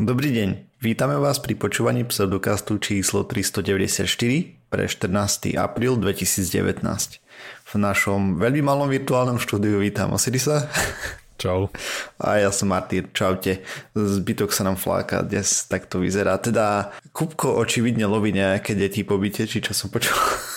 Dobrý deň, vítame vás pri počúvaní pseudokastu číslo 394 pre 14. apríl 2019. V našom veľmi malom virtuálnom štúdiu vítam Osirisa. Čau. A ja som Martýr, čaute. Zbytok sa nám fláka, dnes tak to vyzerá. Teda Kupko očividne loví nejaké deti po byte, či čo som počul.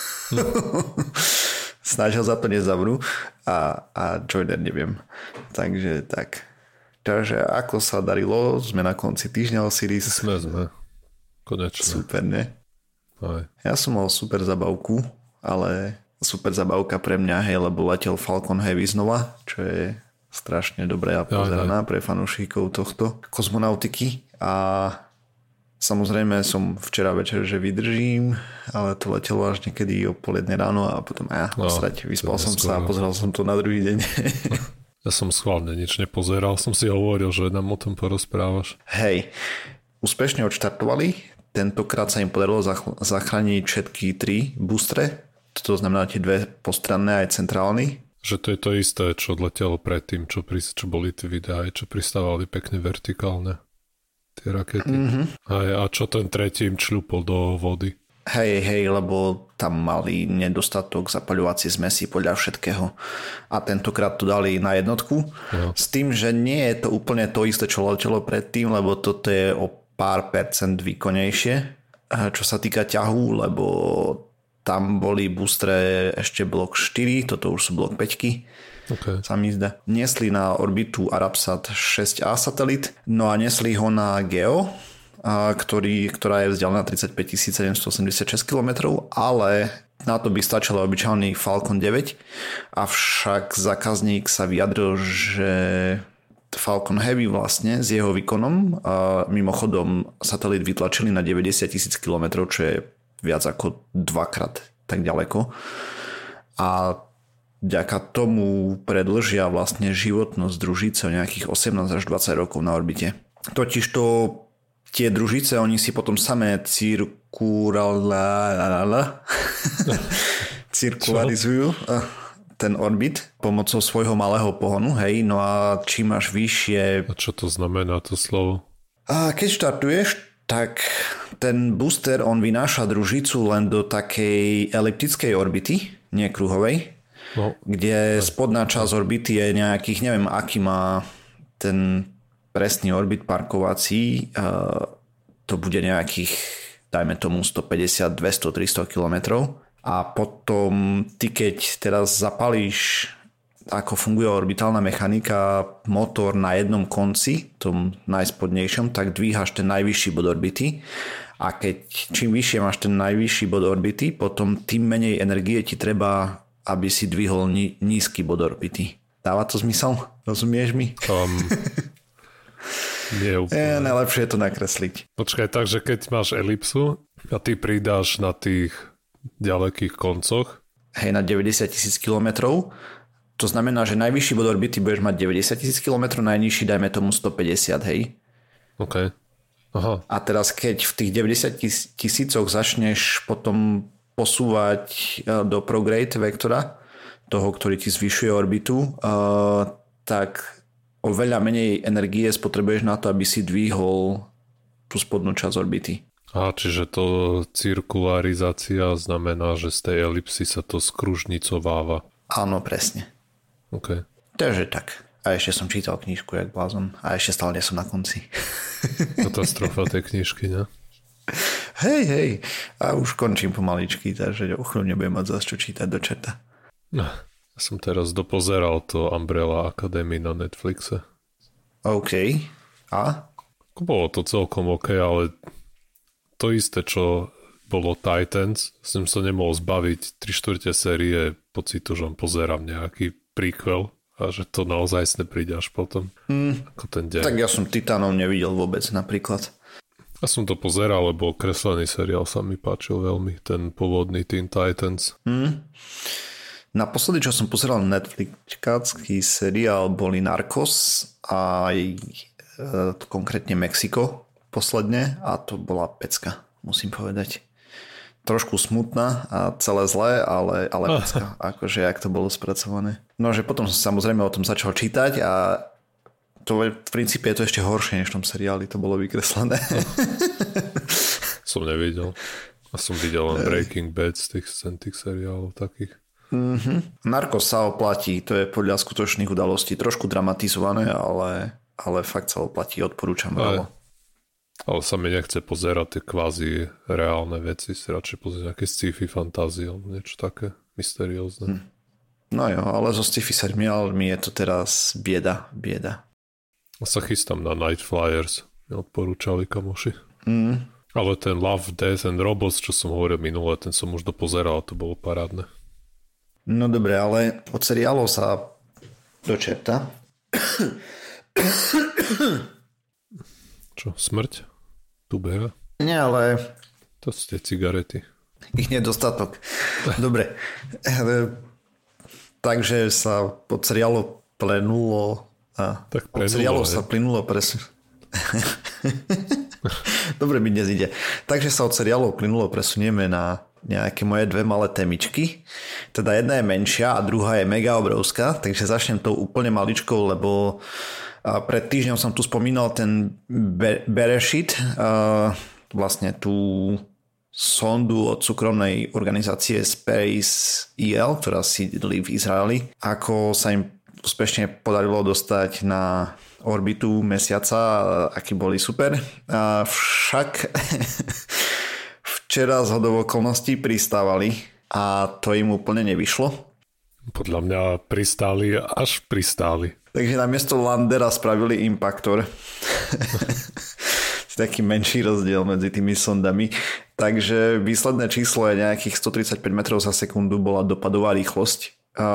Snáď ho za to nezavrú a Joiner neviem. Takže tak. Takže ako sa darilo? Sme na konci týždňa, Osiris. Sme. Konečne. Super, ne? Aj. Ja som mal super zabavku, ale super zabavka pre mňa, hej, lebo letel Falcon Heavy znova, čo je strašne dobré a pozeraná pre fanúšikov tohto kozmonautiky. A samozrejme som včera večer, že vydržím, ale to letelo až niekedy o 1:30 ráno a potom vyspal som sa a pozeral som to na druhý deň. Ja som schválne nič nepozeral, som si hovoril, že nám o tom porozprávaš. Hej, úspešne odštartovali, tentokrát sa im podarilo zachrániť všetky 3 boostre, to znamená tie 2 postranné aj centrálny. Že to je to isté, čo letelo predtým, čo boli tie videá, čo pristávali pekne vertikálne tie rakety. Mm-hmm. A čo ten tretí im čľupol do vody. Hej, lebo tam mali nedostatok zapaľovacie zmesi podľa všetkého. A tentokrát to dali na jednotku. No. S tým, že nie je to úplne to isté, čo letelo predtým, lebo toto je o pár percent výkonnejšie, čo sa týka ťahu, lebo tam boli boostre ešte blok 4, toto už sú blok 5, okay. Sa mi zdá. Nesli na orbitu Arabsat 6A satelit, no a nesli ho na Geo, ktorá je vzdialená 35 786 km, ale na to by stačilo obyčajný Falcon 9, avšak zákazník sa vyjadril, že Falcon Heavy vlastne s jeho výkonom, mimochodom satelit vytlačili na 90 000 km, čo je viac ako 2-krát tak ďaleko. A vďaka tomu predĺžia vlastne životnosť družice o nejakých 18 až 20 rokov na orbite. Totižto tie družice, oni si potom samé cirkularizujú ten orbit pomocou svojho malého pohonu, hej, no a čím máš vyššie... A čo to znamená to slovo? Keď štartuješ, tak ten booster, on vynáša družicu len do takej eliptickej orbity, nie kruhovej, kde spodná časť orbity je nejakých, neviem, aký má ten presný orbit parkovací, to bude nejakých, dajme tomu 150, 200, 300 kilometrov. A potom ty, keď teraz zapalíš, ako funguje orbitálna mechanika, motor na jednom konci, tom najspodnejšom, tak dvíhaš ten najvyšší bod orbity a čím vyššie máš ten najvyšší bod orbity, potom tým menej energie ti treba, aby si dvihol nízky bod orbity. Dáva to zmysel? Rozumieš mi? Nie úplne. Najlepšie je to nakresliť. Počkaj, takže keď máš elipsu a ty pridáš na tých ďalekých koncoch, hej, na 90 000 kilometrov, to znamená, že najvyšší bod orbity budeš mať 90 000 km, najnižší dajme tomu 150, hej? OK. Aha. A teraz keď v tých 90 000 začneš potom posúvať do prograde vektora, toho, ktorý ti zvyšuje orbitu, tak oveľa menej energie spotrebuješ na to, aby si dvihol tú spodnú časť orbity. Čiže to cirkularizácia znamená, že z tej elipsy sa to skružnicováva. Áno, presne. OK. Takže tak. A ešte som čítal knižku jak blázon. A ešte stále nie som na konci. Katastrofa tej knižky, ne? Hej. A už končím pomaličky, takže o chvíľu nebudem mať zase čo čítať do čerta. Ja som teraz dopozeral to Umbrella Academy na Netflixe. OK. A? Bolo to celkom OK, ale to isté, čo bolo Titans, som sa nemohol zbaviť 3/4 série pocitu, že pozerám nejaký prequel a že to naozaj nepríde až potom. Ako ten deň. Tak ja som Titanov nevidel vôbec napríklad. Ja som to pozeral, lebo kreslený seriál sa mi páčil veľmi, ten pôvodný Teen Titans. Naposledy, čo som pozeral Netflixkácky seriál, boli Narcos a aj konkrétne Mexiko posledne a to bola pecka, musím povedať. Trošku smutná a celé zlé, ale pecka, akože jak to bolo spracované. No, že potom som samozrejme o tom začal čítať a To v princípe je to ešte horšie, než v tom seriáli to bolo vykreslené. Som nevidel. A som videl len Breaking Bad z tých seriálov takých. Narcos sa oplatí, to je podľa skutočných udalostí trošku dramatizované, ale fakt sa oplatí, odporúčam veľmi. Ale sa mi nechce pozerať tie kvázi reálne veci, si radšej pozrieť nejaké sci-fi fantázie, niečo také mysteriózne. No jo, ale zo sci-fi seriálmi je to teraz bieda. A sa chystám na Night Flyers, mi odporúčali kamoši. Ale ten Love, Death and Robots, čo som hovoril minule, ten som už dopozeral, to bolo parádne. No dobre, ale od seriálov sa dočerta. Čo, smrť? Tu beha? Nie, ale... To sú tie cigarety. Ich nedostatok. Dobre. Takže sa od seriálov plenulo... Tak od seriálov sa plynulo Dobre mi dnes ide. Takže sa od seriálov plynulo presunieme na nejaké moje dve malé témičky. Teda jedna je menšia a druhá je mega obrovská, takže začnem tou úplne maličkou, lebo pred týždňom som tu spomínal ten Bereshit, vlastne tú sondu od súkromnej organizácie Space EL, ktorá sídli v Izraeli. Ako sa im úspešne podarilo dostať na orbitu mesiaca, akí boli super. Však včera zhodou okolností pristávali a to im úplne nevyšlo. Podľa mňa pristáli. Takže namiesto landera spravili impaktor. Taký menší rozdiel medzi tými sondami. Takže výsledné číslo je nejakých 135 metrov za sekundu bola dopadová rýchlosť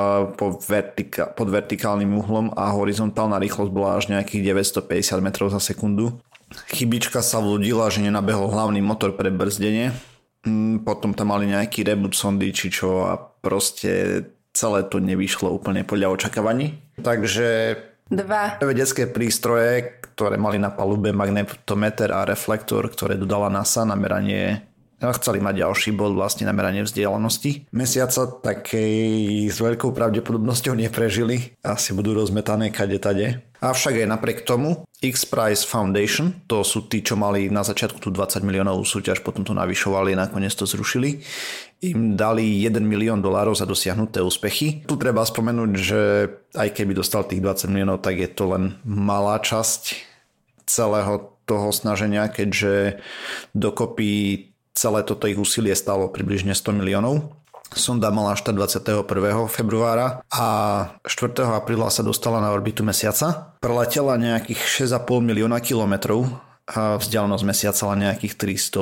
pod vertikálnym uhlom a horizontálna rýchlosť bola až nejakých 950 metrov za sekundu. Chybička sa vľudila, že nenabehol hlavný motor pre brzdenie. Potom tam mali nejaký reboot sondy či čo a proste celé to nevyšlo úplne podľa očakávaní. Takže dve vedecké prístroje, ktoré mali na palube magnetometer a reflektor, ktoré dodala NASA na meranie. Chceli mať ďalší bod, vlastne na meranie vzdialenosti mesiaca, takej s veľkou pravdepodobnosťou neprežili. Asi budú rozmetané kade-tade. Avšak aj napriek tomu X-Prize Foundation, to sú tí, čo mali na začiatku tú 20 miliónovú súťaž, potom to navyšovali, nakoniec to zrušili, im dali $1 milión za dosiahnuté úspechy. Tu treba spomenúť, že aj keby dostal tých 20 miliónov, tak je to len malá časť celého toho snaženia, keďže dokopy celé toto ich úsilie stálo približne 100 miliónov. Sonda mala štart 21. februára a 4. apríla sa dostala na orbitu mesiaca. Preletela nejakých 6,5 milióna kilometrov a vzdialenosť mesiaca len nejakých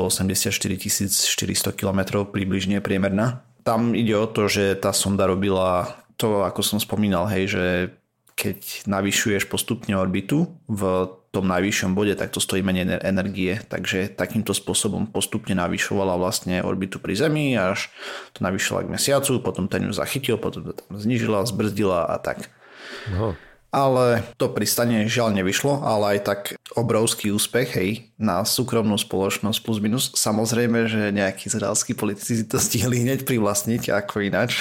384 400 kilometrov približne priemerná. Tam ide o to, že tá sonda robila to, ako som spomínal, hej, že keď navyšuješ postupne orbitu v tom najvyššom bode, tak to stojí menej energie. Takže takýmto spôsobom postupne navyšovala vlastne orbitu pri Zemi, až to navyšila k mesiacu, potom ten ju zachytil, potom to tam znížila, zbrzdila a tak. No. Ale to pristanie žiaľ nevyšlo, ale aj tak obrovský úspech, hej, na súkromnú spoločnosť plus minus. Samozrejme, že nejakí izraelskí politici si to stihli hneď privlastniť, ako ináč.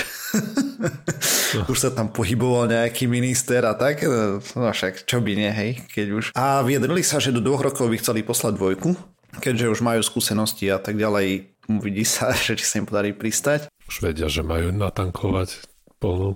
Už sa tam pohyboval nejaký minister a tak, no však čo by nie, hej, keď už. A vyjadrili sa, že do 2 rokov by chceli poslať dvojku, keďže už majú skúsenosti a tak ďalej. Uvidí sa, že či sa im podarí pristať. Už vedia, že majú natankovať plnú.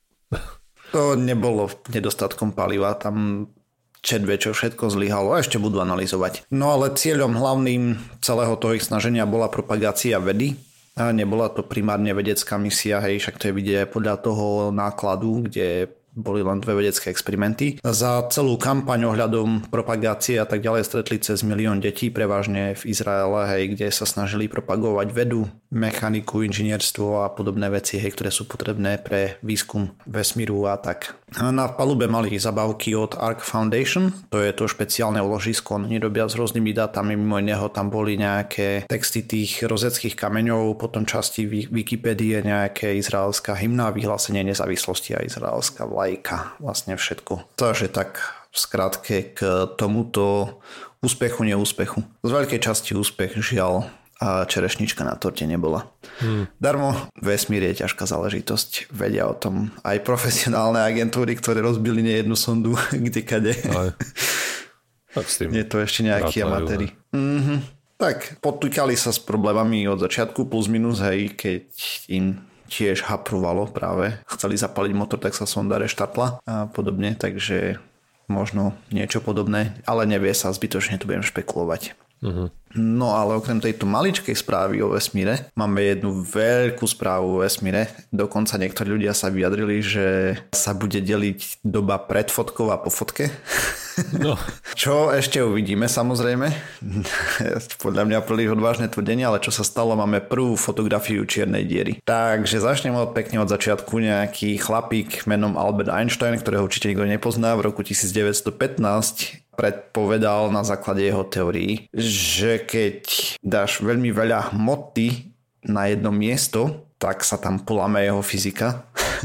To nebolo nedostatkom paliva, tam čedve, čo všetko zlyhalo a ešte budú analyzovať. No ale cieľom hlavným celého toho ich snaženia bola propagácia vedy. A nebola to primárne vedecká misia, hej, však to je vidieť podľa toho nákladu, kde boli len 2 vedecké experimenty. Za celú kampaň ohľadom propagácie a tak ďalej stretli cez 1 milión detí, prevažne v Izraele, hej, kde sa snažili propagovať vedu, mechaniku, inžinierstvo a podobné veci, hej, ktoré sú potrebné pre výskum vesmíru a tak. Na palube mali zabavky od Ark Foundation, to je to špeciálne uložisko, oni robia s rôznymi dátami, mimo iného tam boli nejaké texty tých rozeckých kameňov, potom časti Wikipédie, nejaké izraelská hymna, vyhlásenie nezávislosti a izraelská vlajka, vlastne všetko. Takže tak v skratke k tomuto úspechu, neúspechu. Z veľkej časti úspech, žiaľ. a čerešnička na torte nebola. Darmo, vesmír je ťažká záležitosť. Vedia o tom aj profesionálne agentúry, ktoré rozbili nie jednu sondu kdekade. Je to ešte nejakí amatéri. Tak, potýkali sa s problémami od začiatku plus minus, hej, keď im tiež hapruvalo práve. Chceli zapaliť motor, tak sa sonda reštartla a podobne, takže možno niečo podobné, ale nevie sa, zbytočne tu budem špekulovať. No ale okrem tejto maličkej správy o vesmíre máme jednu veľkú správu o vesmíre. Dokonca niektorí ľudia sa vyjadrili, že sa bude deliť doba pred fotkou a po fotke. No. Čo ešte uvidíme, samozrejme. Podľa mňa príliš odvážne tvrdenie, ale čo sa stalo, máme prvú fotografiu čiernej diery. Takže začneme pekne od začiatku. Nejaký chlapík menom Albert Einstein, ktorého určite nikto nepozná, v roku 1915 predpovedal na základe jeho teórií, že keď dáš veľmi veľa hmoty na jedno miesto, tak sa tam poláme jeho fyzika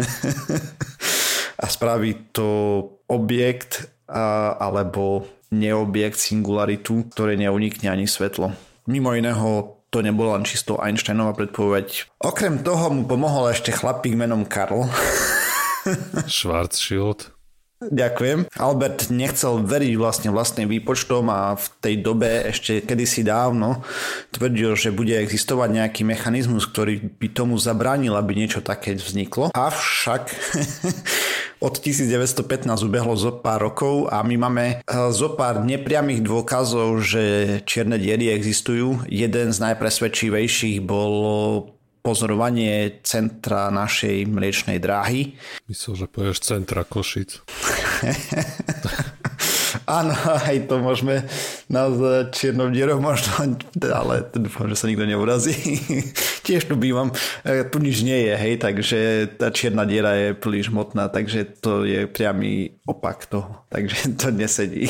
a spraví to objekt alebo neobjekt, singularitu, ktoré neunikne ani svetlo. Mimo iného to nebolo len čisto Einsteinova predpoveď. Okrem toho mu pomohol ešte chlapík menom Karl Schwarzschild. Ďakujem. Albert nechcel veriť vlastným výpočtom a v tej dobe ešte kedysi dávno tvrdil, že bude existovať nejaký mechanizmus, ktorý by tomu zabránil, aby niečo také vzniklo. Avšak od 1915 ubehlo zo pár rokov a my máme zo pár nepriamých dôkazov, že čierne diery existujú. Jeden z najpresvedčivejších bolo pozorovanie centra našej mliečnej dráhy. Myslel, že povieš centra Košic. Áno, aj to môžeme nazvať čiernou dierou možno, ale dúfam, že sa nikto neurazí. Tiež tu bývam, tu nič nie je, hej, takže tá čierna diera je príliš hmotná, takže to je priamy opak toho, takže to nesedí.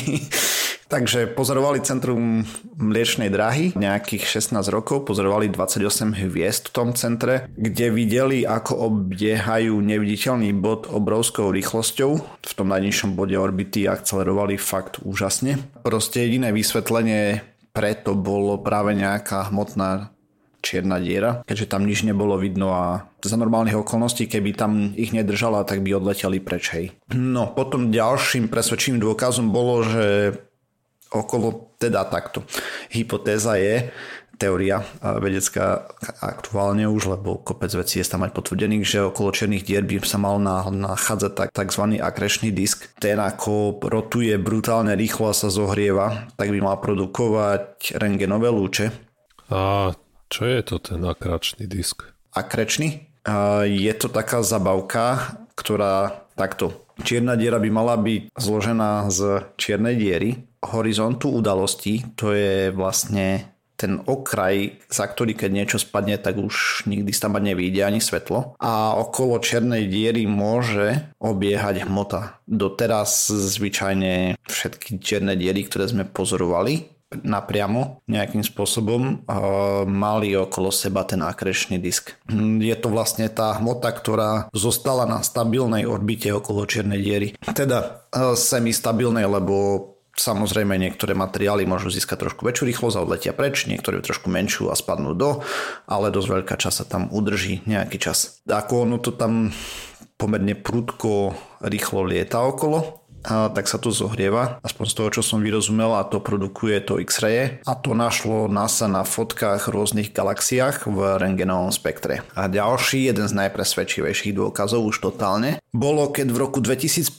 Takže pozorovali centrum mliečnej dráhy nejakých 16 rokov, pozorovali 28 hviezd v tom centre, kde videli, ako obiehajú neviditeľný bod obrovskou rýchlosťou. V tom najnižšom bode orbity akcelerovali fakt úžasne. Proste jediné vysvetlenie preto bolo práve nejaká hmotná čierna diera, keďže tam nič nebolo vidno a za normálnych okolností, keby tam ich nedržala, tak by odleteli preč, hej. No, potom ďalším presvedčivým dôkazom bolo, že okolo, teda takto. Hypotéza je, teória vedecká aktuálne už, lebo kopec vecí je tam mať potvrdených, že okolo čiernych dier by sa mal nachádzať takzvaný akrešný disk. Ten ako rotuje brutálne rýchlo a sa zohrieva, tak by mal produkovať rentgenové lúče. A čo je to ten akračný disk? Akrečný? Je to taká zabavka, ktorá takto. Čierna diera by mala byť zložená z čiernej diery, horizontu udalostí, to je vlastne ten okraj, za ktorý keď niečo spadne, tak už nikdy tam nevyjde ani svetlo. A okolo čiernej diery môže obiehať hmota. Doteraz zvyčajne všetky čierne diery, ktoré sme pozorovali napriamo nejakým spôsobom, mali okolo seba ten akrešný disk. Je to vlastne tá hmota, ktorá zostala na stabilnej orbite okolo čiernej diery. Teda semistabilnej, lebo samozrejme niektoré materiály môžu získať trošku väčšiu rýchlosť a odletia preč, niektoré trošku menšiu a spadnú ale dosť veľká časť sa tam udrží nejaký čas. Ako ono to tam pomerne prudko rýchlo lieta okolo, tak sa to zohrieva, aspoň z toho, čo som vyrozumel, a to produkuje to X-raye a to našlo NASA na fotkách v rôznych galaxiách v rentgenovom spektre. A ďalší, jeden z najpresvedčivejších dôkazov už totálne, bolo, keď v roku 2015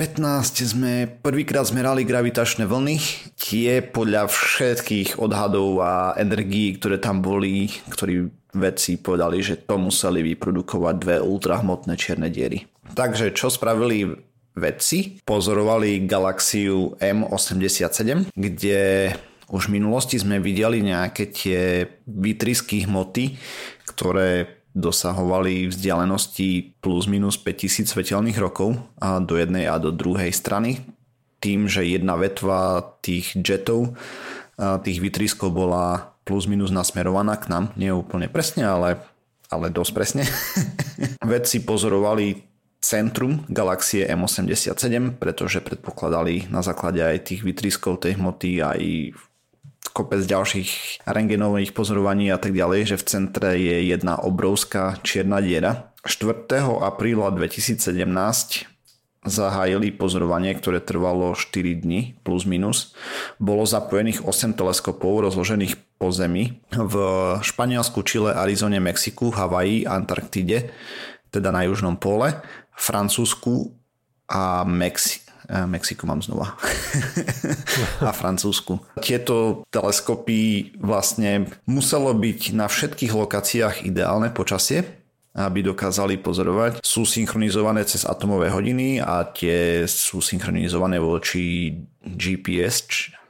sme prvýkrát zmerali gravitačné vlny. Tie podľa všetkých odhadov a energií, ktoré tam boli, ktorí vedci povedali, že to museli vyprodukovať dve ultrahmotné čierne diery. Takže čo spravili vedci? Pozorovali galaxiu M87, kde už v minulosti sme videli nejaké tie výtrysky hmoty, ktoré dosahovali vzdialenosti plus minus 5000 svetelných rokov a do jednej a do druhej strany. Tým, že jedna vetva tých jetov, tých výtryskov bola plus minus nasmerovaná k nám. Nie úplne presne, ale dosť presne. Vedci pozorovali centrum galaxie M87, pretože predpokladali na základe aj tých výtryskov tej hmoty aj kopec ďalších rentgenových pozorovaní a tak ďalej, že v centre je jedna obrovská čierna diera. 4. apríla 2017 zahájili pozorovanie, ktoré trvalo 4 dni plus minus. Bolo zapojených 8 teleskopov rozložených po Zemi v Španielsku, Čile, Arizone, Mexiku, Havaji, Antarktide, teda na južnom póle, Francúzsku a Mexiku mám znova. A Francúzsku. Tieto teleskopy vlastne muselo byť na všetkých lokáciách ideálne počasie, aby dokázali pozorovať. Sú synchronizované cez atomové hodiny a tie sú synchronizované voči GPS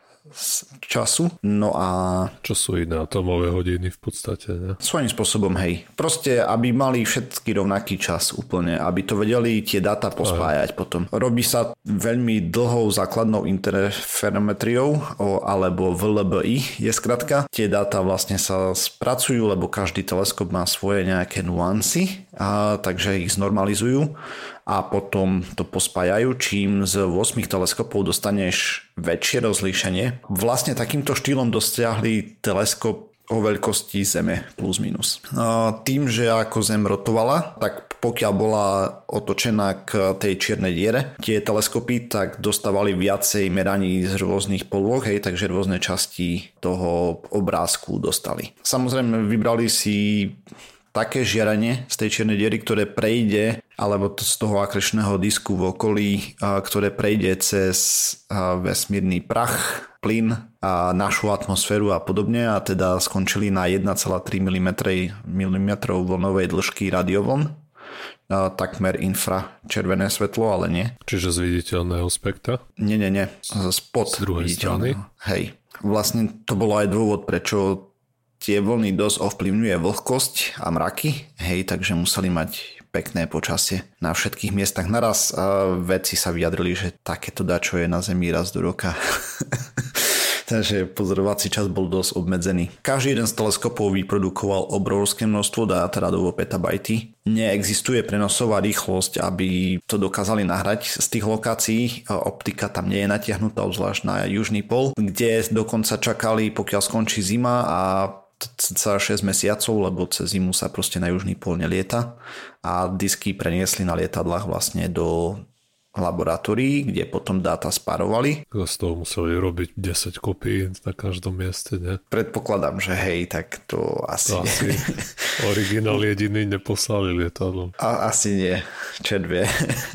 času. No a... Čo sú iné atomové hodiny v podstate, ne? Svojím spôsobom, hej. Proste, aby mali všetky rovnaký čas úplne, aby to vedeli tie dáta pospájať potom. Robí sa veľmi dlhou základnou interferometriou, alebo VLBI je skratka. Tie dáta vlastne sa spracujú, lebo každý teleskop má svoje nejaké nuancy, takže ich znormalizujú a potom to pospájajú, čím z 8 teleskopov dostaneš väčšie rozlíšenie. Vlastne takýmto štýlom dosiahli teleskop o veľkosti Zeme plus minus. Tým, že ako Zem rotovala, tak pokiaľ bola otočená k tej čiernej diere, tie teleskopy tak dostávali viacej meraní z rôznych polôch, takže rôzne časti toho obrázku dostali. Samozrejme vybrali si také žiarenie z tej čiernej diery, ktoré prejde, alebo z toho akrešného disku v okolí, ktoré prejde cez vesmírny prach, plyn a našu atmosféru a podobne, a teda skončili na 1,3 mm vlnovej dĺžky radiovln. Takmer infračervené svetlo, ale nie. Čiže z viditeľného spektra? Nie. Spod viditeľného. Hej. Vlastne to bolo aj dôvod, prečo tie vlny dosť ovplyvňuje vlhkosť a mraky, takže museli mať pekné počasie na všetkých miestach naraz. Vedci sa vyjadrili, že takéto dačo je na Zemi raz do roka. Takže pozorovací čas bol dosť obmedzený. Každý jeden z teleskopov vyprodukoval obrovské množstvo dát, radovo petabajty. Neexistuje prenosová rýchlosť, aby to dokázali nahrať z tých lokácií. Optika tam nie je natiahnutá, obzvlášť na južný pol, kde dokonca čakali, pokiaľ skončí zima a cca 6 mesiacov, lebo cez zimu sa proste na južný pol nelieta, a disky preniesli na lietadlách vlastne do laboratórií, kde potom dáta spárovali. Z toho museli robiť 10 kopií na každom mieste, ne? Predpokladám, že hej, tak to asi... Originál jediný neposlali lietadlom. Asi nie, čet vie.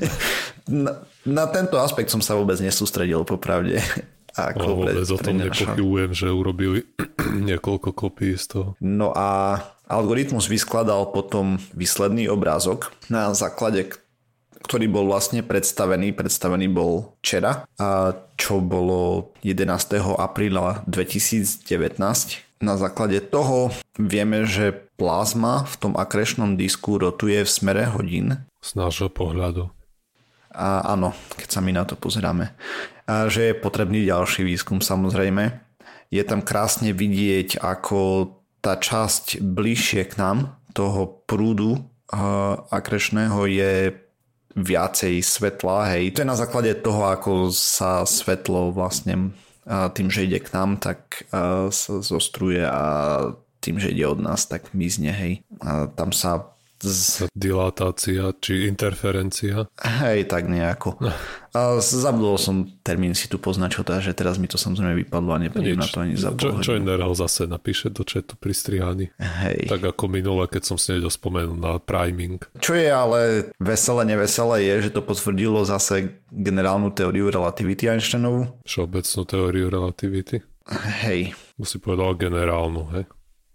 Na tento aspekt som sa vôbec nesústredil, popravde. Vôbec o tom nepochybujem, že urobili niekoľko kopií z toho. No a algoritmus vyskladal potom výsledný obrázok, na základe ktorý bol vlastne predstavený bol včera, čo bolo 11. apríla 2019. Na základe toho vieme, že plazma v tom akrešnom disku rotuje v smere hodín. Z nášho pohľadu. Áno, keď sa my na to pozeráme. A že je potrebný ďalší výskum, samozrejme. Je tam krásne vidieť, ako tá časť bližšie k nám, toho prúdu akrešného, je viacej svetla. Hej. To je na základe toho, ako sa svetlo vlastne tým, že ide k nám, tak sa zostruje, a tým, že ide od nás, tak mizne. Hej. A tam sa dilatácia či interferencia. Hej, tak nejako. Zabudol som termín si tu poznačil, takže teraz mi to samozrejme vypadlo a neprídem na to ani zabudol. Joiner ho zase napíše do chatu pristrihaný. Hej. Tak ako minule, keď som si nedel spomenul na priming. Čo je ale veselé, neveselé je, že to potvrdilo zase generálnu teóriu relativity Einsteinovú. Všeobecnú teóriu relativity. Hej. Musí povedal generálnu, hej.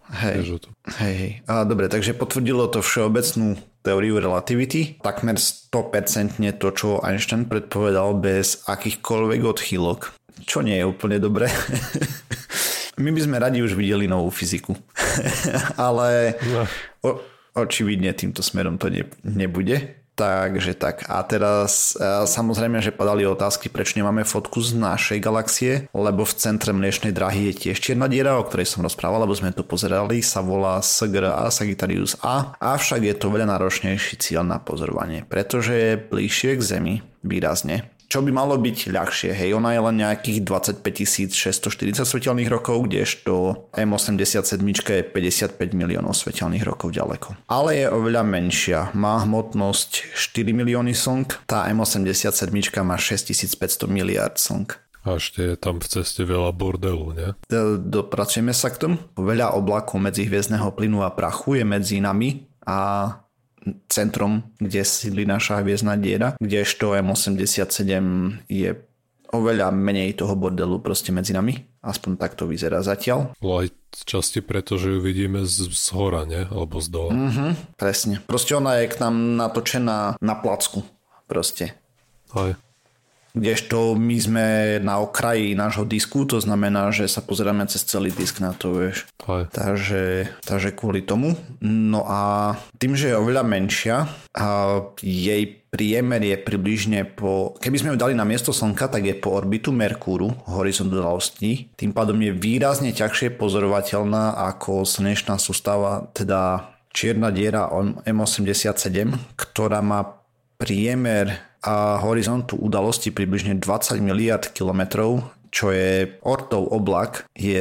Hej. Dobre, takže potvrdilo to všeobecnú teóriu relativity. Takmer 100% to, čo Einstein predpovedal, bez akýchkoľvek odchýlok. Čo nie je úplne dobré. My by sme radi už videli novú fyziku. Ale očividne týmto smerom to nebude. Takže tak. A teraz samozrejme, že padali otázky, prečo nemáme fotku z našej galaxie, lebo v centre Mliečnej dráhy je tiež čierna diera, o ktorej som rozprával, lebo sme to pozerali, sa volá SGRA, Sagittarius A, avšak je to veľa náročnejší cieľ na pozorovanie, pretože je bližšie k Zemi výrazne. čo by malo byť ľahšie. Hej, ona je len nejakých 25 640 svetelných rokov, kdežto M87 je 55 miliónov svetelných rokov ďaleko. Ale je oveľa menšia. Má hmotnosť 4 milióny slnk, tá M87 má 6500 miliárd slnk. A ešte je tam v ceste veľa bordelu, nie? Dopracujeme sa k tomu. Veľa oblakov medzihviezdneho plynu a prachu je medzi nami a centrom, kde sídli naša hviezdna diera, kdežto M87 je oveľa menej toho bordelu proste medzi nami. Aspoň tak to vyzerá zatiaľ. Aj časti preto, že ju vidíme z hora, nie? Alebo z dola. Presne. Proste ona je k nám natočená na placku. Proste. Aj. Kdežto my sme na okraji nášho disku, to znamená, že sa pozeráme cez celý disk na to, vieš. Takže kvôli tomu. No a tým, že je oveľa menšia, a jej priemer je približne keby sme ju dali na miesto Slnka, tak je po orbitu Merkúru, horizont udalostí. Tým pádom je výrazne ťažšie pozorovateľná ako slnečná sústava, teda čierna diera M87, ktorá má priemer a horizontu udalosti približne 20 miliard kilometrov, čo je Oortov oblak je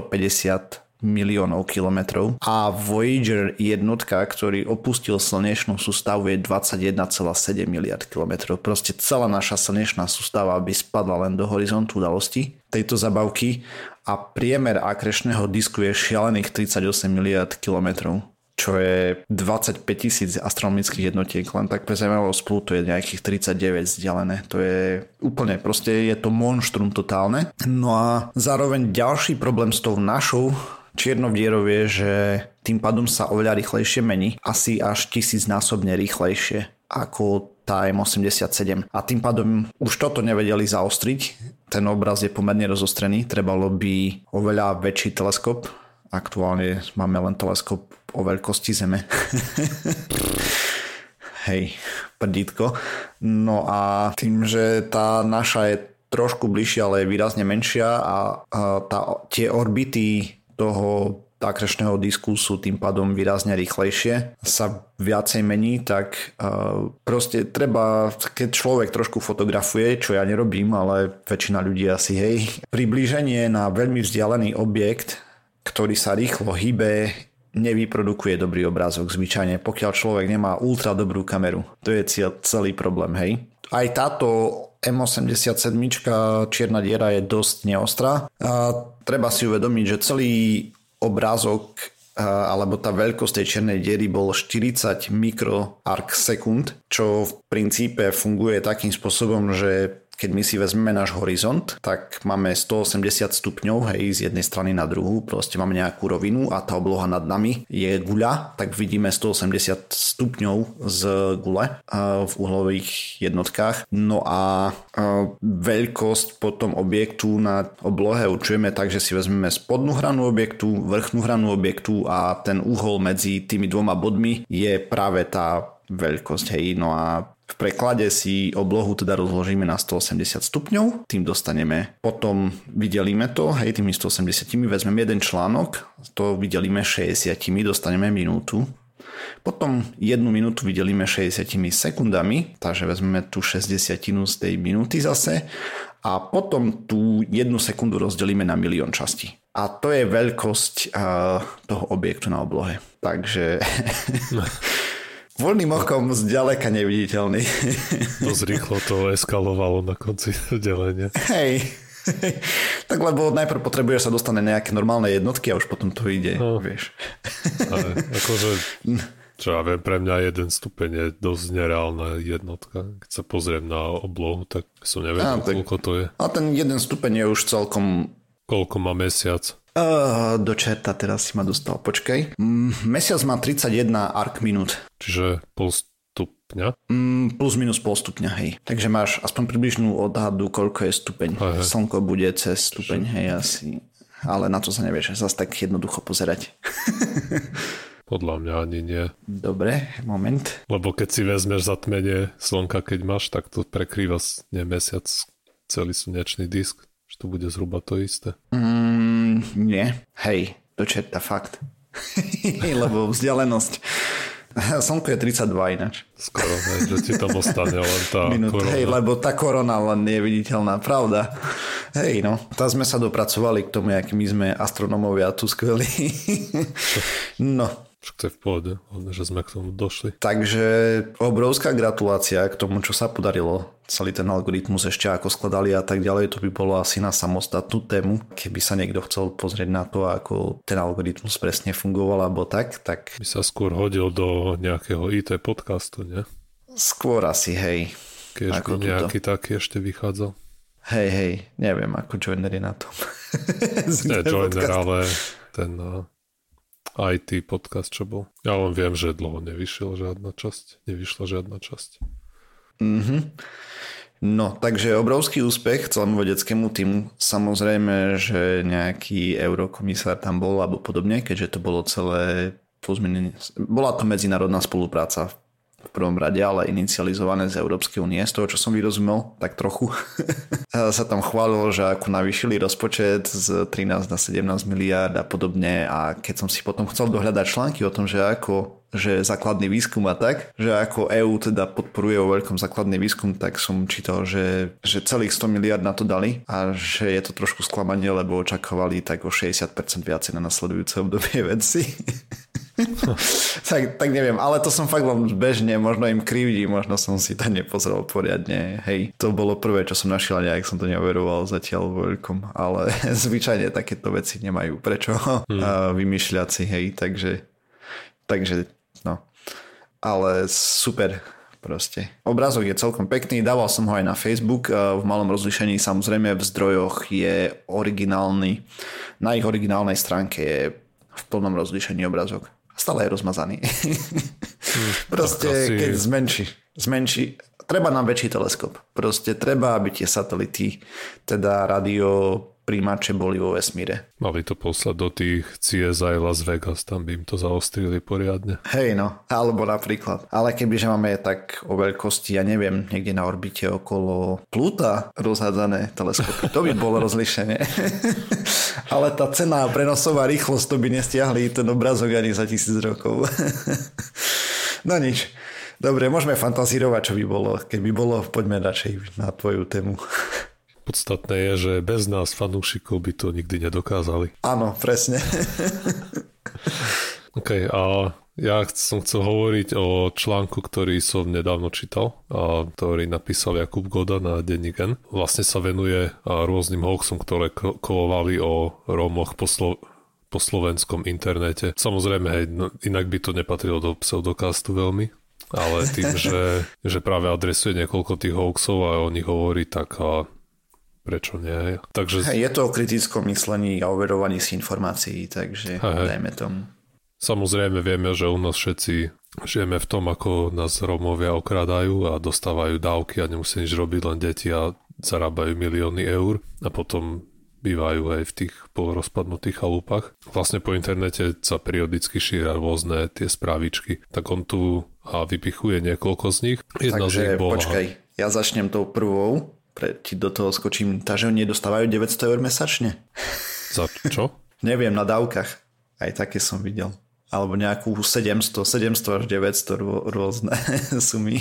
150 miliónov kilometrov a Voyager jednotka, ktorý opustil slnečnú sústavu, je 21,7 miliard kilometrov. Proste celá naša slnečná sústava by spadla len do horizontu udalosti tejto zabavky a priemer akrešného disku je šialených 38 miliard kilometrov, čo je 25 000 astronomických jednotiek, len tak pre zaujímavosť Pluto je nejakých 39 vzdialené. To je úplne, proste je to monštrum totálne. No a zároveň ďalší problém s tou našou čiernou dierou je, že tým pádom sa oveľa rýchlejšie mení, asi až 1000-násobne rýchlejšie ako tá M87. A tým pádom už toto nevedeli zaostriť. Ten obraz je pomerne rozostrený, trebalo by oveľa väčší teleskop. Aktuálne máme len teleskop o veľkosti Zeme. Hej, prdítko. No a tým, že tá naša je trošku bližšia, ale je výrazne menšia a tie orbity toho akrešného disku sú tým pádom výrazne rýchlejšie, sa viacej mení, tak proste treba, keď človek trošku fotografuje, čo ja nerobím, ale väčšina ľudí asi, hej, priblíženie na veľmi vzdialený objekt, ktorý sa rýchlo hýbe, nevyprodukuje dobrý obrázok zvyčajne, pokiaľ človek nemá ultra dobrú kameru. To je celý problém, hej. Aj táto M87 čierna diera je dosť neostrá. Treba si uvedomiť, že celý obrázok alebo tá veľkosť tej čiernej diery bol 40 mikroarc sekúnd, čo v princípe funguje takým spôsobom, že keď my si vezmeme náš horizont, tak máme 180 stupňov, hej, z jednej strany na druhú, proste máme nejakú rovinu a tá obloha nad nami je guľa, tak vidíme 180 stupňov z gule v uhlových jednotkách. No a veľkosť potom objektu na oblohe určujeme tak, že si vezmeme spodnú hranu objektu, vrchnú hranu objektu a ten uhol medzi tými dvoma bodmi je práve tá veľkosť, hej, no a v preklade si oblohu teda rozložíme na 180 stupňov, tým dostaneme, potom vydelíme to, hej, tými 180, vezmeme jeden článok, to vydelíme 60, dostaneme minútu, potom 1 minútu vydelíme 60 sekundami, takže vezmeme tú 60 z tej minúty zase a potom tú 1 sekundu rozdelíme na 1 000 000 častí. A to je veľkosť toho objektu na oblohe. Takže voľným okom zďaleka neviditeľný. Dosť rýchlo to eskalovalo na konci delenia. Hej. Tak lebo najprv potrebuješ sa dostať na nejaké normálne jednotky a už potom to ide, vieš. Ale akože, čo ja viem, pre mňa 1 stupeň je dosť nereálna jednotka. Keď sa pozriem na oblohu, tak som nevedel, koľko to je. A ten 1 stupeň je už celkom... Koľko má mesiac? Do čerta, teraz si ma dostal, počkaj. Mesiac má 31 arc minút. Čiže pol stupňa? Plus minus pol stupňa, hej. Takže máš aspoň približnú odhadu, koľko je stupeň. Slnko bude cez stupeň, hej, asi. Ale na to sa nevieš zase tak jednoducho pozerať. Podľa mňa ani nie. Dobre, moment. Lebo keď si vezmeš zatmenie slnka, keď máš, tak to prekrýva mesiac celý slnečný disk. Že to bude zhruba to isté. Nie. Hej, do čerta, fakt. Lebo vzdialenosť Slnko je 32 ináč. Skoro, že ti tam ostane len tá korona. Hej, lebo tá korona len je viditeľná, pravda. Hej, no. Tá sme sa dopracovali k tomu, aký my sme astronómovia tu skvelí. No. Však to je v pohode, že sme k tomu došli. Takže obrovská gratulácia k tomu, čo sa podarilo. Celý ten algoritmus ešte ako skladali a tak ďalej, to by bolo asi na samostatnú tému. Keby sa niekto chcel pozrieť na to, ako ten algoritmus presne fungoval alebo tak. By sa skôr hodil do nejakého IT podcastu, nie? Skôr asi, hej. Keď by nejaký taký ešte vychádzal. Hej, neviem, ako Joiner je na tom. Nie Joiner, ale ten... IT podcast, čo bol. Ja len viem, že dlho nevyšla žiadna časť. No, takže obrovský úspech celému vedeckému týmu. Samozrejme, že nejaký eurokomisár tam bol alebo podobne, keďže to bolo celé pozmenené. Bola to medzinárodná spolupráca v prvom rade, ale inicializované z Európskej únie, z toho, čo som vyrozumel, tak trochu. Sa tam chválilo, že ako navýšili rozpočet z 13 na 17 miliárd a podobne, a keď som si potom chcel dohľadať články o tom, že základný výskum a tak, že ako EÚ teda podporuje vo veľkom základný výskum, tak som čítal, že celých 100 miliárd na to dali a že je to trošku sklamanie, lebo očakávali tak o 60% viacej na nasledujúce obdobie veci. tak neviem, ale to som fakt len bežne, možno im krivdí, možno som si to nepozrel poriadne, hej. To bolo prvé, čo som našiel, nejak som to neoveroval zatiaľ vo veľkom, ale zvyčajne takéto veci nemajú prečo vymýšľať si, hej, takže no, ale super proste. Obrázok je celkom pekný, dával som ho aj na Facebook, v malom rozlíšení, samozrejme v zdrojoch je originálny, na ich originálnej stránke je v plnom rozlíšení obrázok. Stále je rozmazaný. Proste, keď zmenší, treba nám väčší teleskop. Proste treba, aby tie satelity, teda príjimače boli vo vesmíre. Mali to poslať do tých CSI Las Vegas, tam by im to zaostrili poriadne. Hej no, alebo napríklad. Ale kebyže máme tak o veľkosti, ja neviem, niekde na orbite okolo Pluta rozhádzané teleskopy, to by bolo rozlišenie. Ale tá cena a prenosová rýchlosť, to by nestiahli ten obrazok ani za 1000 rokov. No nič. Dobre, môžeme fantazírovať, čo by bolo. Keby bolo, poďme radšej na tvoju tému. Podstatné je, že bez nás fanúšikov by to nikdy nedokázali. Áno, presne. OK, a ja som chcel hovoriť o článku, ktorý som nedávno čítal, a ktorý napísal Jakub Goda na denník N. Vlastne sa venuje rôznym hoaxom, ktoré kolovali o Rómoch po slovenskom internete. Samozrejme, hej, no, inak by to nepatrilo do pseudokastu veľmi, ale tým, že práve adresuje niekoľko tých hoaxov a o nich hovorí, tak prečo nie? Takže... Je to o kritickom myslení a overovaní si informácií, takže dajme tomu. Samozrejme vieme, že u nás všetci žijeme v tom, ako nás Rómovia okrádajú a dostávajú dávky a nemusia nič robiť, len deti a zarábajú milióny eur a potom bývajú aj v tých polorozpadnutých chalúpach. Vlastne po internete sa periodicky šíria rôzne tie správičky. Tak on tu vypichuje niekoľko z nich. Jedna takže z nich bola... počkaj, ja začnem tou prvou. Ti do toho skočím, takže oni dostávajú 900 eur mesačne. Za čo? Neviem, na dávkach. Aj také som videl. Alebo nejakú 700 až 900 rôzne sumy.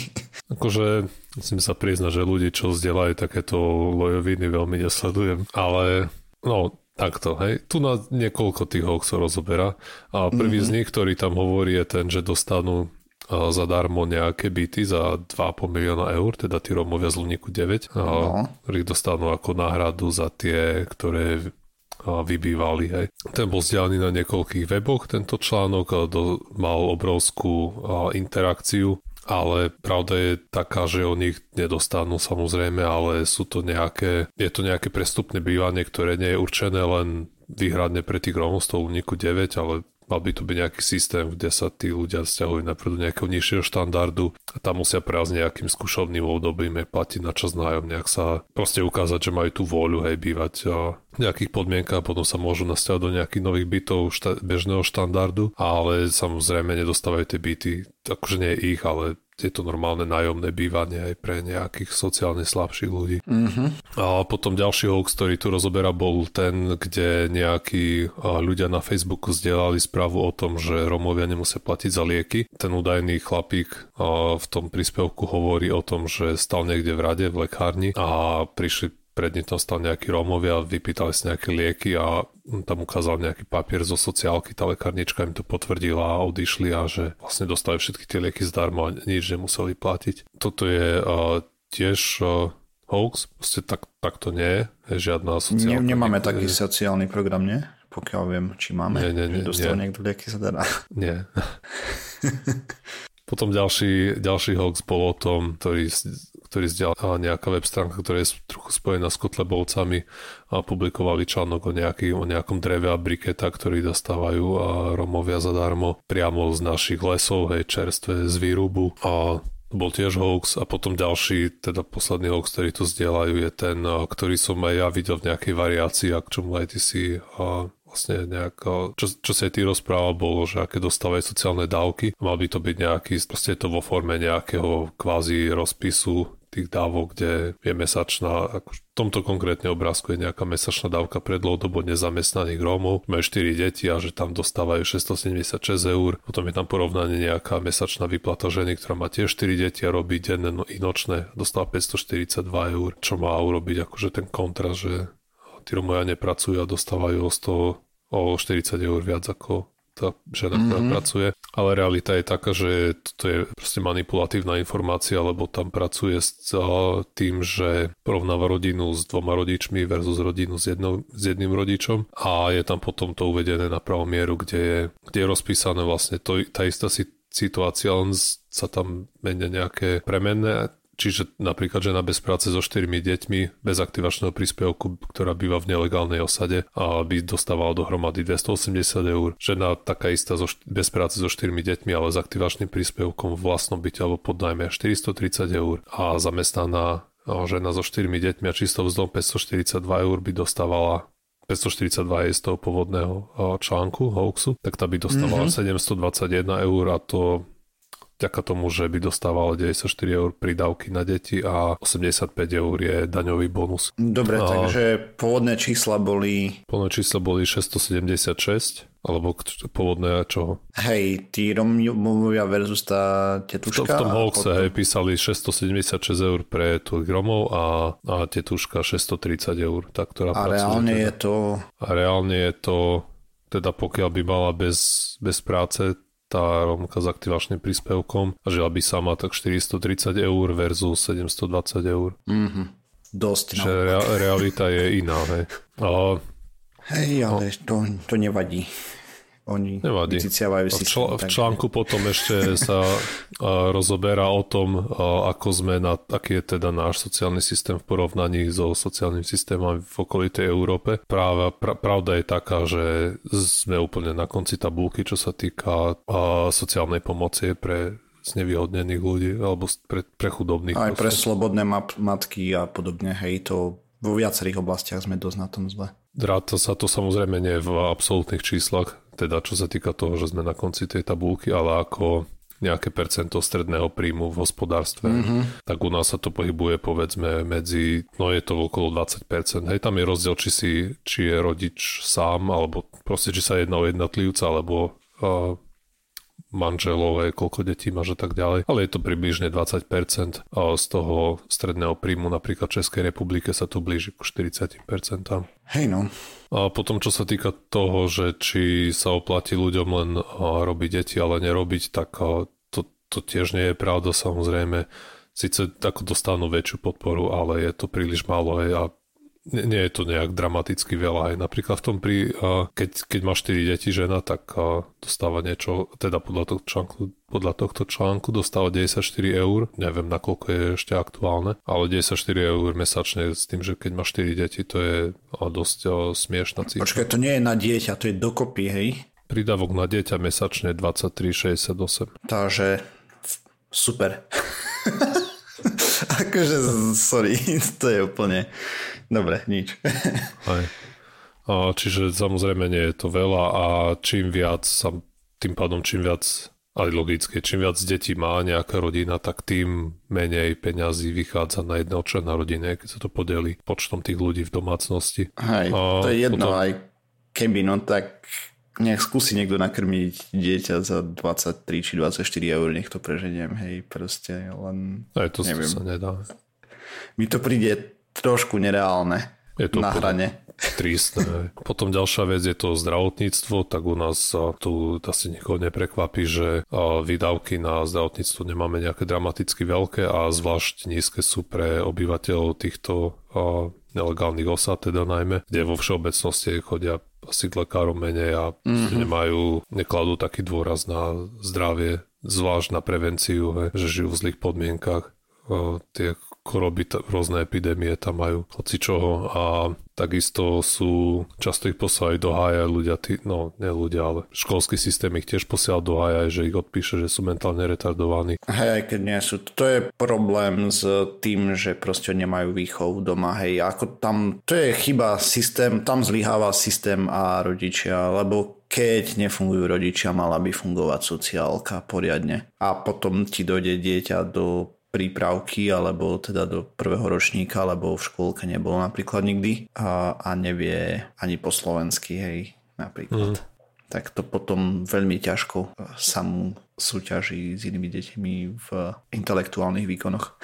Akože musím sa priznať, že ľudí, čo zdieľajú takéto lojoviny, veľmi nesledujem. Ale no, takto, hej. Tu na niekoľko tých hoaxov rozoberá. A prvý z nich, ktorý tam hovorí, je ten, že dostanú zadarmo nejaké byty za 2,5 milióna eur, teda tí Rómovia z Luníku 9, ktorých dostanú ako náhradu za tie, ktoré vybývali. Hej. Ten bol zdieľaný na niekoľkých weboch, tento článok mal obrovskú interakciu, ale pravda je taká, že o nich nedostanú samozrejme, ale je to nejaké prestupné bývanie, ktoré nie je určené len výhradne pre tých Rómov z toho Luníku 9, ale mal by to byť nejaký systém, kde sa tí ľudia vzťahujú najprv do nejakého nižšieho štandardu a tam musia prejsť nejakým skúšovným obdobím, platiť na čas nájom, nejak sa proste ukázať, že majú tú vôľu, hej, bývať v nejakých podmienkach, potom sa môžu nasťahovať do nejakých nových bytov bežného štandardu, ale samozrejme nedostávajú tie byty, akože nie ich, ale je to normálne nájomné bývanie aj pre nejakých sociálne slabších ľudí. A potom ďalší hoax, ktorý tu rozoberá, bol ten, kde nejakí ľudia na Facebooku zdieľali správu o tom, že Rómovia nemusia platiť za lieky. Ten údajný chlapík v tom príspevku hovorí o tom, že stal niekde v rade, v lekárni a prišli pred ním tam stal nejakí Rómovia, vypýtali si nejaké lieky a tam ukázal nejaký papier zo sociálky, tá lekárnička im to potvrdila a odišli a že vlastne dostali všetky tie lieky zdarma a nič nemuseli platiť. Toto je tiež hoax, proste tak to nie je, žiadna sociálka. Nemáme taký sociálny program, nie? Pokiaľ viem, či máme, že dostal niekto lieky zadarmo. Nie. Potom ďalší hoax bol o tom, ktorý zdieľala nejaká web stránka, ktorá je trochu spojená s Kotlebovcami a publikovali článok o nejakom dreve a briketa, ktorý dostávajú Rómovia zadarmo priamo z našich lesov, čerstvé z výrubu a bol tiež hoax. A potom ďalší, teda posledný hoax, ktorý tu zdieľajú, je ten, ktorý som aj ja videl v nejakej variácii, a k čomu aj ty si vlastne nejako, čo sa aj ty rozprával, bolo, že aké dostávajú sociálne dávky. Mal by to byť nejaký, proste je to vo forme nejakého kvázi rozpisu tých dávok, kde je mesačná, v tomto konkrétne obrázku je nejaká mesačná dávka pre dlhodobo nezamestnaných Rómov, majú 4 deti a že tam dostávajú 676 eur, potom je tam porovnanie nejaká mesačná výplata ženy, ktorá má tiež 4 deti a robí denné i nočné, dostáva 542 eur, čo má urobiť akože ten kontrast, že tí Rómovia nepracujú a dostávajú o 40 eur viac ako tá žena, ktorá pracuje. Ale realita je taká, že toto je proste manipulatívna informácia, lebo tam pracuje s tým, že porovnáva rodinu s 2 rodičmi versus rodinu s jedným rodičom a je tam potom to uvedené na pravú mieru, kde je rozpísané vlastne tá istá situácia, len sa tam menia nejaké premenné. Čiže napríklad žena bez práce so 4 deťmi, bez aktivačného príspevku, ktorá býva v nelegálnej osade a by dostávala dohromady 280 eur. Žena taká istá bez práce so 4 deťmi, ale s aktivačným príspevkom v vlastnom byte alebo podnajme 430 eur. A zamestnaná žena so 4 deťmi a čistou vzdom 542 eur by dostávala 542 je z toho pôvodného článku hoaxu, tak tá by dostávala 721 eur a to vďaka tomu, že by dostával 94 eur prídavky na deti a 85 eur je daňový bonus. Dobre, takže pôvodné čísla boli... Pôvodné čísla boli 676, alebo pôvodné čoho? Hej, tí Rómovia versus tá tetuška. V tom hoaxe písali 676 eur pre tú Rómov a tetuška 630 eur. Tá, ktorá a reálne je to... teda pokiaľ by mala bez práce tá Rómka s aktivačným príspevkom a žila by sama, tak 430 eur versus 720 eur. Dosť, no. Že realita je iná, hej. Hej, ale to nevadí. Oni vyciciavajú si. V článku potom ešte sa rozoberá o tom, aký je teda náš sociálny systém v porovnaní so sociálnym systémom v okolitej Európe. Pravda je taká, že sme úplne na konci tabulky, čo sa týka sociálnej pomoci pre znevýhodnených ľudí alebo pre chudobných. Aj pre slobodné matky a podobne, hej, to vo viacerých oblastiach sme dosť na tom zle. Ráta sa to samozrejme nie v absolútnych číslach, teda čo sa týka toho, že sme na konci tej tabulky, ale ako nejaké percento stredného príjmu v hospodárstve, tak u nás sa to pohybuje povedzme medzi, je to okolo 20%. Hej, tam je rozdiel, či je rodič sám, alebo proste, či sa jedná o jednotlivca, alebo manželov, koľko detí máš a tak ďalej. Ale je to približne 20% a z toho stredného príjmu napríklad Českej republike sa to blíži k 40%. Hej no. A potom, čo sa týka toho, že či sa oplatí ľuďom len robiť deti, ale nerobiť, tak to tiež nie je pravda samozrejme. Sice ako dostanú väčšiu podporu, ale je to príliš málo a nie je to nejak dramaticky veľa. Aj napríklad v tom keď má 4 deti žena, tak dostáva niečo, teda podľa tohto článku dostáva 94 eur. Neviem, nakoľko je ešte aktuálne, ale 94 eur mesačne s tým, že keď má 4 deti, to je dosť smiešná cifra. Počkaj, to nie je na dieťa, to je dokopy, hej? Prídavok na dieťa mesačne 23,68. Takže super. Akože, sorry, to je úplne... Dobre, nič. Aj. Čiže samozrejme nie je to veľa a čím viac Ale logicky, čím viac detí má nejaká rodina, tak tým menej peňazí vychádza na jedného člena rodiny, keď sa to podelí počtom tých ľudí v domácnosti. Hej, to je jedno, potom... aj keby, no tak nech skúsi niekto nakrmiť dieťa za 23 či 24 eur, nech to preženiem, hej, proste len... Aj to neviem. Sa nedá. Mi to príde trošku nereálne na hrane. Trístne. Potom ďalšia vec je to zdravotníctvo, tak u nás tu asi nikoho neprekvapí, že výdavky na zdravotníctvo nemáme nejaké dramaticky veľké a zvlášť nízke sú pre obyvateľov týchto nelegálnych osad, teda najmä, kde vo všeobecnosti chodia asi k lekárom menej a nekladú taký dôraz na zdravie, zvlášť na prevenciu, že žijú v zlých podmienkach. Tie choroby, rôzne epidémie tam majú hocičoho a takisto sú, často ich posielajú do hája ľudia, ale školský systém ich tiež posiela do hája, že ich odpíše, že sú mentálne retardovaní. Hej, aj keď nie sú. To je problém s tým, že proste nemajú výchovu doma, hej, ako tam, to je chyba systém, tam zlyháva systém a rodičia, lebo keď nefungujú rodičia, mala by fungovať sociálka poriadne a potom ti dojde dieťa do prípravky alebo teda do prvého ročníka, lebo v škôlke nebolo napríklad nikdy a nevie ani po slovensky, hej, napríklad. Tak to potom veľmi ťažko sa mu súťaží s inými deťmi v intelektuálnych výkonoch.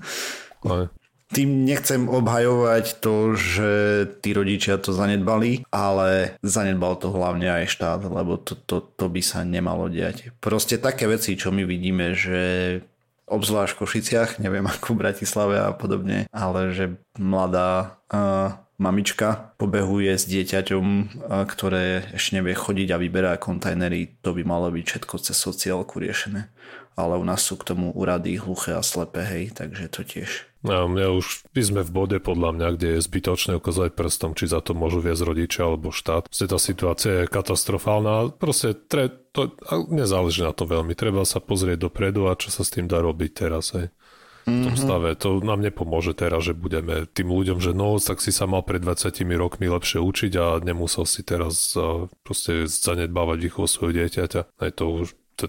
Tým nechcem obhajovať to, že tí rodičia to zanedbali, ale zanedbal to hlavne aj štát, lebo to by sa nemalo diať. Proste také veci, čo my vidíme, že obzvlášť v Košiciach, neviem ako v Bratislave a podobne, ale že mladá mamička pobehuje s dieťaťom, ktoré ešte nevie chodiť a vyberá kontajnery, to by malo byť všetko cez sociálku riešené. Ale u nás sú k tomu úrady hluché a slepé, hej, takže to tiež. No, my sme v bode podľa mňa, kde je zbytočné ukázať prstom, či za to môžu viesť rodičia alebo štát. Tá situácia je katastrofálna, proste to nezáleží na to veľmi. Treba sa pozrieť dopredu a čo sa s tým dá robiť teraz, hej. V tom stave. To nám nepomôže teraz, že budeme tým ľuďom, že tak si sa mal pred 20 rokmi lepšie učiť a nemusel si teraz proste zanedbávať výchovu svojho dieťaťa. Aj to už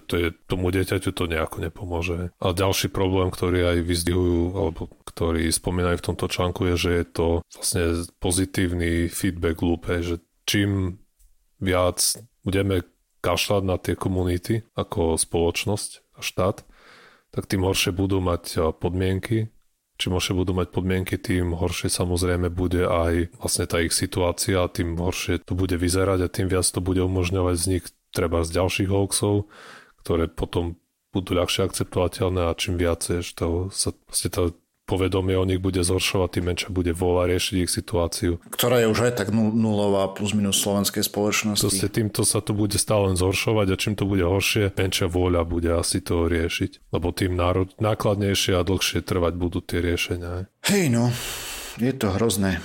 tomu dieťaťu to nejako nepomôže. A ďalší problém, ktorý aj vyzdvihujú, alebo ktorý spomínajú v tomto článku, je, že je to vlastne pozitívny feedback loop, že čím viac budeme kašľať na tie komunity ako spoločnosť a štát, tak tým horšie budú mať podmienky. Čím horšie budú mať podmienky, tým horšie samozrejme bude aj vlastne tá ich situácia a tým horšie to bude vyzerať a tým viac to bude umožňovať vznik treba z ďalších hoaxov, ktoré potom budú ľahšie akceptovateľné a čím viacej to sa vlastne to povedomie o nich bude zhoršovať, tým menšia bude vôľa riešiť ich situáciu. Ktorá je už aj tak nulová plus minus slovenskej spoločnosti. Proste týmto sa to bude stále len zhoršovať a čím to bude horšie, menšia vôľa bude asi to riešiť. Lebo tým nákladnejšie a dlhšie trvať budú tie riešenia. Hej no, je to hrozné.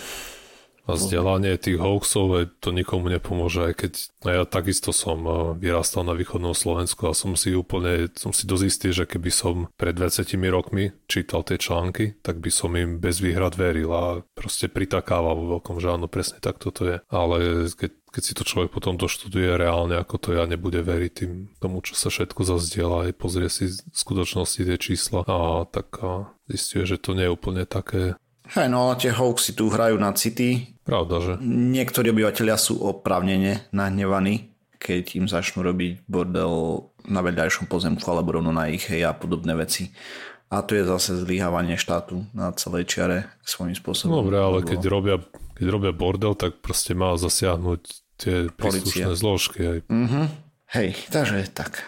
A vzdelanie tých hoaxov to nikomu nepomôže, aj keď ja takisto som vyrastal na východnom Slovensku a som si dosť istý, že keby som pred 20 rokmi čítal tie články, tak by som im bez výhrad veril a proste pritakával vo veľkom, že áno, presne tak toto je. Ale keď si to človek potom doštuduje reálne, ako to ja nebude veriť tomu, čo sa všetko zazdieľa, aj pozrie si v skutočnosti tie čísla a tak zistuje, že to nie je úplne také. Hej, no tie hoaxy tu hrajú na city. Pravda, že? Niektorí obyvateľia sú oprávnene nahnevaní, keď im začnú robiť bordel na vedľajšom pozemku alebo rovno na ich, hej, a podobné veci. A tu je zase zlyhávanie štátu na celej čiare svojím spôsobom. Dobre, ale keď robia bordel, tak proste má zasiahnuť tie príslušné zložky. Hej. Hej, takže tak.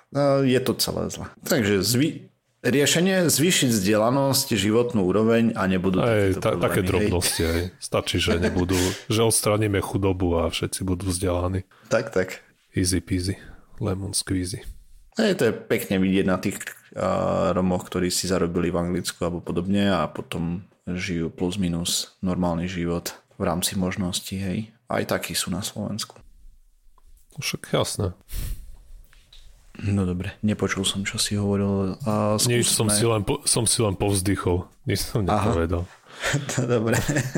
Je to celé zle. Takže riešenie zvýšiť vzdelanosť, životnú úroveň a nebudú také drobnosti. Hej. Stačí, že že odstraníme chudobu a všetci budú vzdelaní. Tak. Easy peasy, lemon squeezy. To je pekne vidieť na tých Romoch, ktorí si zarobili v Anglicku alebo podobne a potom žijú plus minus normálny život v rámci možností. Hej. Aj takí sú na Slovensku. Však jasné. No dobre, nepočul som, čo si hovoril. Nič, som si len povzdychol. Nič som nepovedal. Dobre.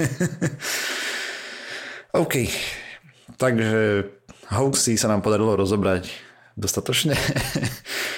OK. Takže hoaxy sa nám podarilo rozobrať dostatočne.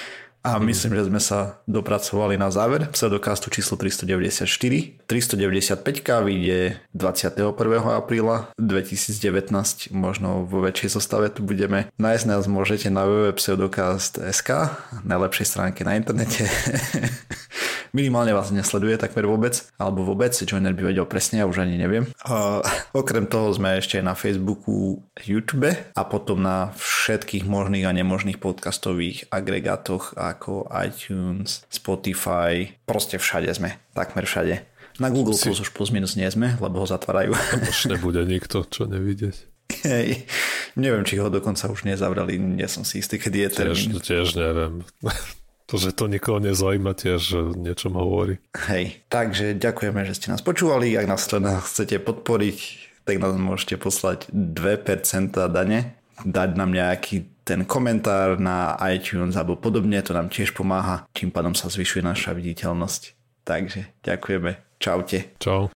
A myslím, že sme sa dopracovali na záver pseudocastu číslo 394. 395 vyjde 21. apríla 2019, možno vo väčšej zostave tu budeme. Nájsť nás môžete na www.pseudocast.sk, najlepšej stránke na internete. Minimálne vás nesleduje takmer vôbec, alebo vôbec, Joiner by vedel presne, ja už ani neviem. A okrem toho sme ešte na Facebooku, YouTube a potom na všetkých možných a nemožných podcastových agregátoch ako iTunes, Spotify, proste všade sme, takmer všade. Na Google Plus už plus minus nie sme, lebo ho zatvárajú. Už nebude nikto, čo nevidieť. Hej, neviem, či ho dokonca už nezavrali, nie som si istý, kedy je termín. Tiež neviem. To, že to nikoho nezaujíma, tiež niečom hovorí. Hej, takže ďakujeme, že ste nás počúvali. Ak nás chcete podporiť, tak nás môžete poslať 2% dane. Dať nám nejaký ten komentár na iTunes alebo podobne, to nám tiež pomáha. Tým pádom sa zvyšuje naša viditeľnosť. Takže ďakujeme. Čaute. Čau.